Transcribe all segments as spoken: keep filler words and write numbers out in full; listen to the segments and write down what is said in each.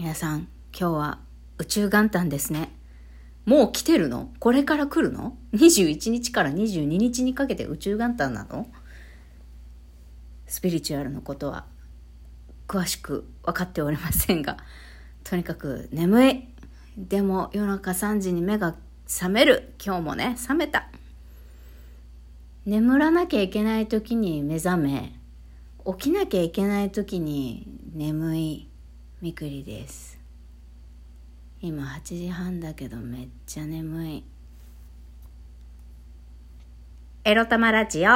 皆さん、今日は宇宙元旦ですね。もう来てるの？これから来るの？ にじゅういち 日からにじゅうににちにかけて宇宙元旦なの？スピリチュアルのことは詳しく分かっておりませんが、とにかく眠い。でも夜中さんじに目が覚める。今日もね、覚めた。眠らなきゃいけない時に目覚め、起きなきゃいけない時に眠いみくりです。今はちじはんだけどめっちゃ眠い。エロ玉ラジオ。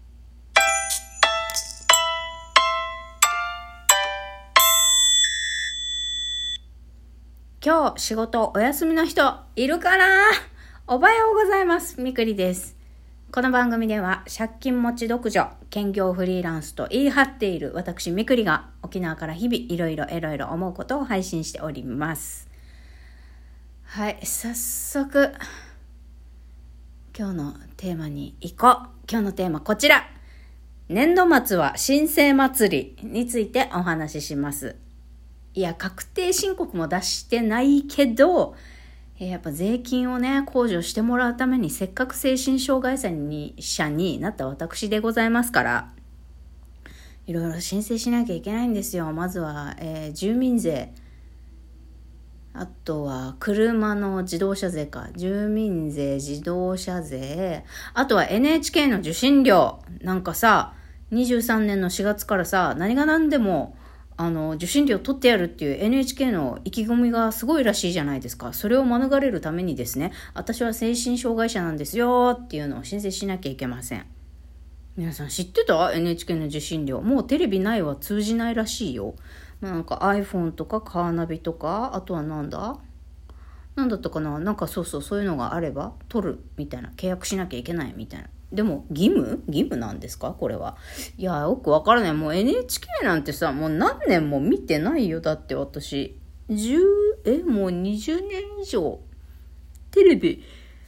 今日仕事お休みの人いるかな？おはようございます。みくりです。この番組では借金持ち独女、兼業フリーランスと言い張っている私みくりが沖縄から日々いろいろいろいろ思うことを配信しております。はい、早速今日のテーマに行こう。今日のテーマこちら。年度末は新生祭りについてお話しします。いや、確定申告も出してないけど、やっぱ税金をね、控除してもらうためにせっかく精神障害者に、者になった私でございますから、いろいろ申請しなきゃいけないんですよ。まずは、えー、住民税、あとは車の自動車税か、住民税、自動車税、あとは エヌエイチケー の受信料。なんかさ、にじゅうさんねんのしがつからさ、何が何でもあの受信料取ってやるっていう エヌエイチケー の意気込みがすごいらしいじゃないですか。それを免れるためにですね、私は精神障害者なんですよっていうのを申請しなきゃいけません。皆さん知ってた？ エヌエイチケー の受信料。もうテレビないは通じないらしいよ。なんか iPhone とかカーナビとか、あとはなんだなんだったかな、なんかそうそう、そういうのがあれば取るみたいな、契約しなきゃいけないみたいな。でも義務義務なんですかこれは。いや、よくわからない。もう エヌエイチケー なんてさ、もう何年も見てないよ。だって私じゅうえもうにじゅうねん以上テレビ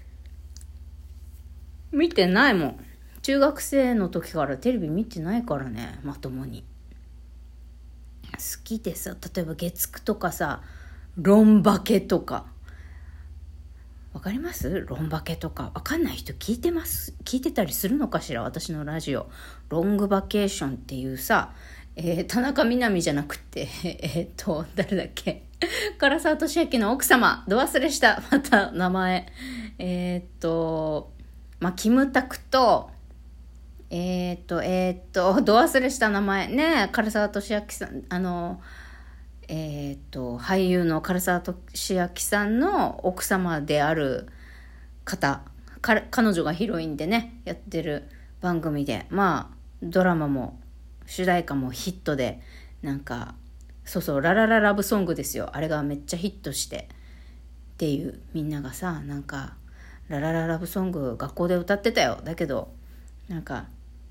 見てないもん。中学生の時からテレビ見てないからね、まともに。好きでさ、例えば月9とかさ、ロンバケとか、わかります？ロンバケとか。わかんない人聞いてます聞いてたりするのかしら？私のラジオロングバケーションっていうさ、えー、田中みな実じゃなくてえー、っと誰だっけ唐沢寿明の奥様、ど忘れした。また名前えー、っとまあキムタクとえー、っとえー、っとど忘れした名前ね。唐沢寿明さん、あのえー、と俳優の唐沢寿明さんの奥様である方、彼女がヒロインでねやってる番組で、まあドラマも主題歌もヒットで、なんかそうそう、ララララブソングですよ。あれがめっちゃヒットしてっていう、みんながさ、なんかララララブソング学校で歌ってたよ。だけどなんか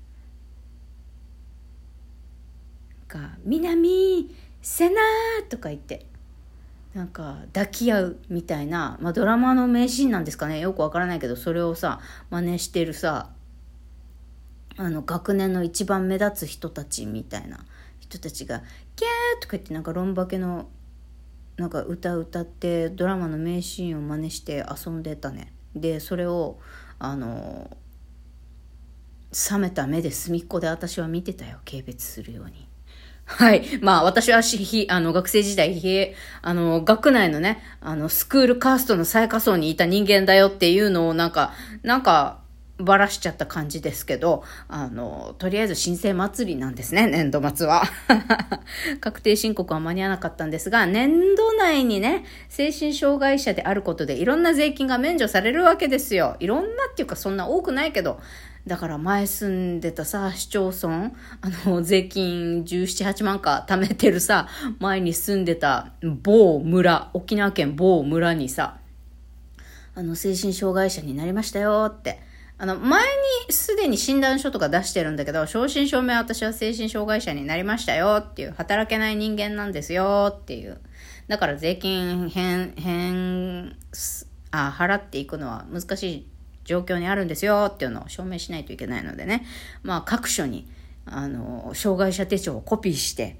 なんか南セナーとか言ってなんか抱き合うみたいな、まあ、ドラマの名シーンなんですかね、よくわからないけど、それをさ真似してるさ、あの学年の一番目立つ人たちみたいな人たちがキャーとか言って、なんかロンバケのなんか歌歌ってドラマの名シーンを真似して遊んでたね。でそれをあの冷めた目で隅っこで私は見てたよ、軽蔑するように。はい。まあ、私はし、あの、学生時代、ひ、あの、学内のね、あの、スクールカーストの最下層にいた人間だよっていうのをなんか、なんか、ばらしちゃった感じですけど、あの、とりあえず申請祭りなんですね、年度末は。確定申告は間に合わなかったんですが、年度内にね、精神障害者であることでいろんな税金が免除されるわけですよ。いろんなっていうかそんな多くないけど、だから前住んでたさ、市町村、あの、税金じゅうなな、はちまんか貯めてるさ、前に住んでた某村、沖縄県某村にさ、あの、精神障害者になりましたよって、あの、前にすでに診断書とか出してるんだけど、正真正銘私は精神障害者になりましたよっていう、働けない人間なんですよっていう。だから税金返、返、あ、払っていくのは難しい状況にあるんですよっていうのを証明しないといけないのでね。まあ各所に、あの、障害者手帳をコピーして、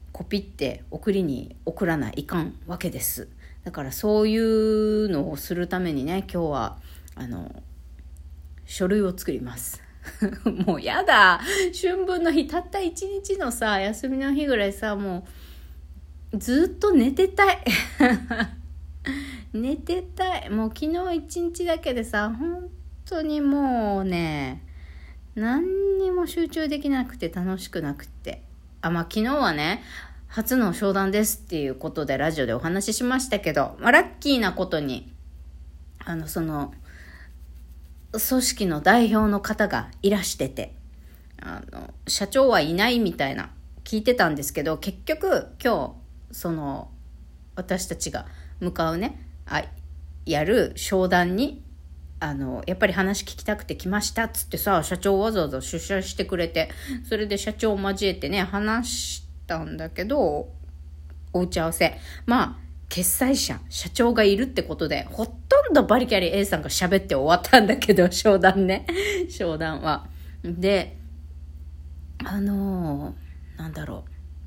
コピって送りに送らないかんわけです。だからそういうのをするためにね、今日はあの書類を作りますもうやだ、春分の日たった一日のさ休みの日ぐらいさ、もうずっと寝てたい寝てたい。もう昨日一日だけでさ、本当にもうね、何にも集中できなくて楽しくなくて、あ、まあ昨日はね初の商談ですっていうことでラジオでお話ししましたけど、まあ、ラッキーなことにあのその組織の代表の方がいらしてて、あの社長はいないみたいな聞いてたんですけど、結局今日その私たちが向かうねあやる商談にあのやっぱり話聞きたくて来ましたっつってさ、社長わざわざ出社してくれて、それで社長を交えてね話したんだけど、お打ち合わせ、まあ決裁者社長がいるってことでほとんどバリキャリ A さんが喋って終わったんだけど、商談ね商談はであのー、なんだろ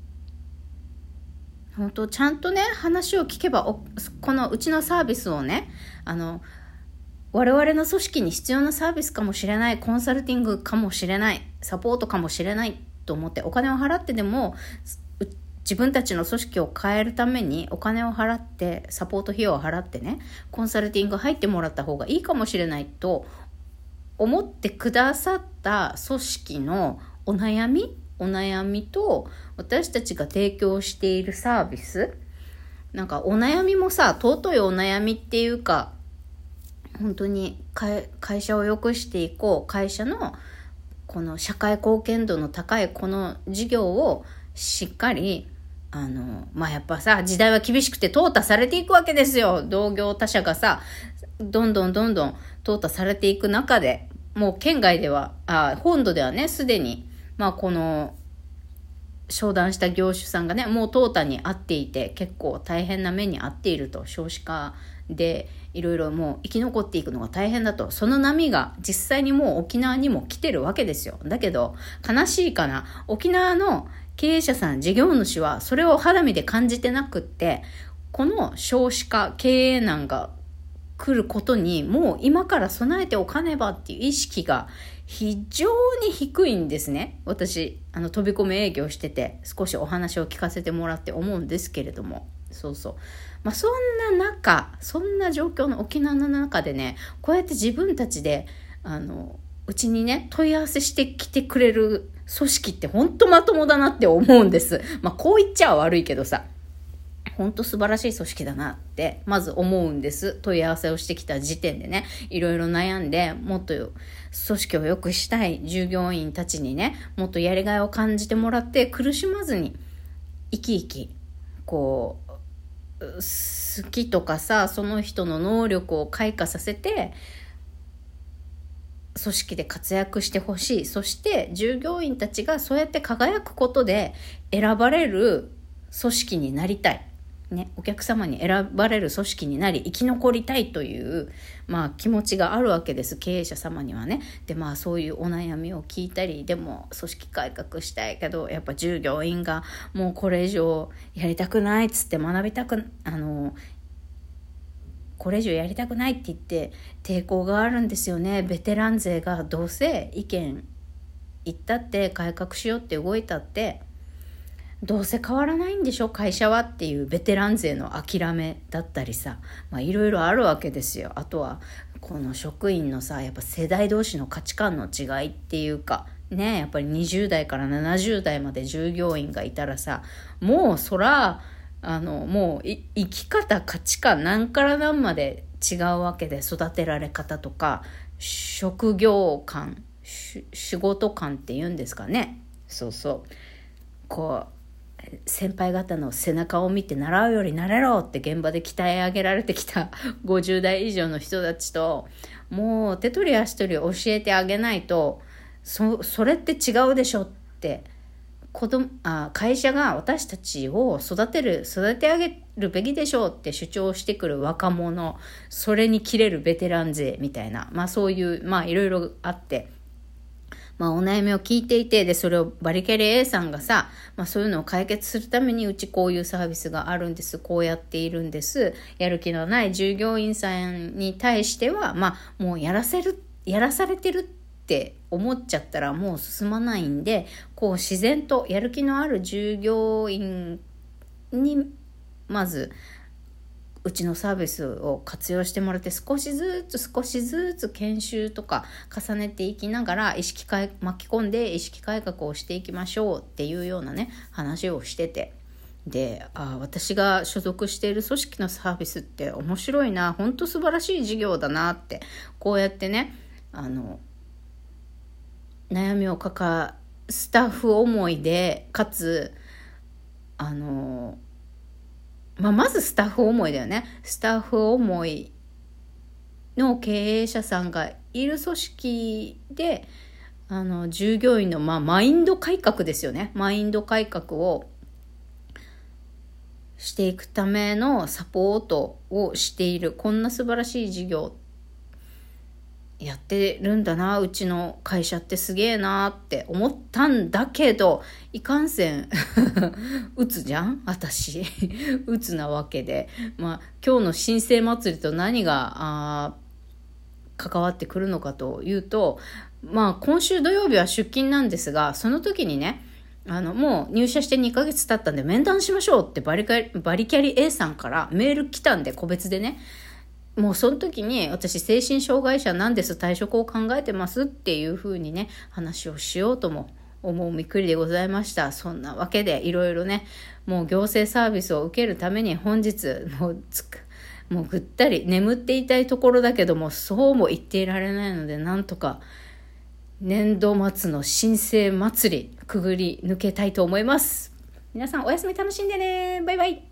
う、本当ちゃんとね話を聞けば、おこのうちのサービスをね、あの我々の組織に必要なサービスかもしれない、コンサルティングかもしれない、サポートかもしれないと思ってお金を払ってでも自分たちの組織を変えるためにお金を払って、サポート費用を払ってね、コンサルティング入ってもらった方がいいかもしれないと思ってくださった組織のお悩みお悩みと私たちが提供しているサービス、なんかお悩みもさ、尊いお悩みっていうか、本当に会社を良くしていこう、会社のこの社会貢献度の高いこの事業をしっかりあのまあやっぱさ、時代は厳しくて淘汰されていくわけですよ。同業他社がさどんどんどんどん淘汰されていく中で、もう県外ではあ本土ではねすでにまあこの商談した業種さんがねもう淘汰に遭っていて、結構大変な目に遭っていると、少子化でいろいろもう生き残っていくのが大変だと、その波が実際にもう沖縄にも来てるわけですよ。だけど悲しいかな、沖縄の経営者さん事業主はそれを肌身で感じてなくって、この少子化経営難が来ることにもう今から備えておかねばっていう意識が非常に低いんですね。私あの飛び込み営業してて少しお話を聞かせてもらって思うんですけれども、そうそう、まあ、そんな中そんな状況の沖縄の中でね、こうやって自分たちであのうちにね問い合わせしてきてくれる組織って本当まともだなって思うんです。まあこう言っちゃ悪いけどさ、本当素晴らしい組織だなってまず思うんです。問い合わせをしてきた時点でね、いろいろ悩んでもっと組織を良くしたい従業員たちにねもっとやりがいを感じてもらって、苦しまずに生き生きこう好きとかさ、その人の能力を開花させて組織で活躍してほしい。そして従業員たちがそうやって輝くことで選ばれる組織になりたい、ね、お客様に選ばれる組織になり生き残りたいという、まあ、気持ちがあるわけです、経営者様にはね。でまあそういうお悩みを聞いたり、でも組織改革したいけどやっぱ従業員がもうこれ以上やりたくないっつって、学びたくあのこれ以上やりたくないって言って抵抗があるんですよね。ベテラン勢がどうせ意見言ったって改革しようって動いたってどうせ変わらないんでしょ会社はっていうベテラン勢の諦めだったりさ、まあいろいろあるわけですよ。あとはこの職員のさやっぱ世代同士の価値観の違いっていうかね、やっぱりにじゅう代からななじゅう代まで従業員がいたらさ、もうそらあのもう生き方価値観何から何まで違うわけで、育てられ方とか職業観仕事観っていうんですかね、そうそうこう先輩方の背中を見て習うよりなれろって現場で鍛え上げられてきたごじゅう代以上の人たちともう手取り足取り教えてあげないと そ, それって違うでしょって子供あ会社が私たちを育てる育て上げるべきでしょうって主張してくる若者、それに切れるベテラン勢みたいな、まあそういうまあいろいろあって、 まあ、お悩みを聞いていて、で、それをバリキャリ A さんがさ、まあ、そういうのを解決するために、うちこういうサービスがあるんです、こうやっているんです、やる気のない従業員さんに対しては、まあ、もうやらせる、やらされてるって思っちゃったらもう進まないんで、こう自然とやる気のある従業員に、まず、うちのサービスを活用してもらって、少しずつ少しずつ研修とか重ねていきながら意識改巻き込んで意識改革をしていきましょうっていうようなね話をしてて、で、あ、私が所属している組織のサービスって面白いな、本当素晴らしい事業だなって、こうやってね、あの悩みを抱えスタッフ思いで、かつあのまあ、まずスタッフ思いだよね。スタッフ思いの経営者さんがいる組織で、あの従業員の、まあ、マインド改革ですよね。マインド改革をしていくためのサポートをしている、こんな素晴らしい事業やってるんだな、うちの会社ってすげえなって思ったんだけど、いかんせんうつじゃん私うつなわけで、まあ今日の新生祭りと何があ関わってくるのかというと、まあ今週土曜日は出勤なんですが、その時にね、あのもう入社してにかげつ経ったんで面談しましょうってバリカリ、バリキャリ A さんからメール来たんで、個別でね、もうその時に私精神障害者なんです、退職を考えてますっていう風にね話をしようとも思うみくりでございました。そんなわけでいろいろね、もう行政サービスを受けるために本日もうつくもうぐったり眠っていたいところだけども、そうも言っていられないので、なんとか年度末の新生祭りくぐり抜けたいと思います。皆さんお休み楽しんでね。バイバイ。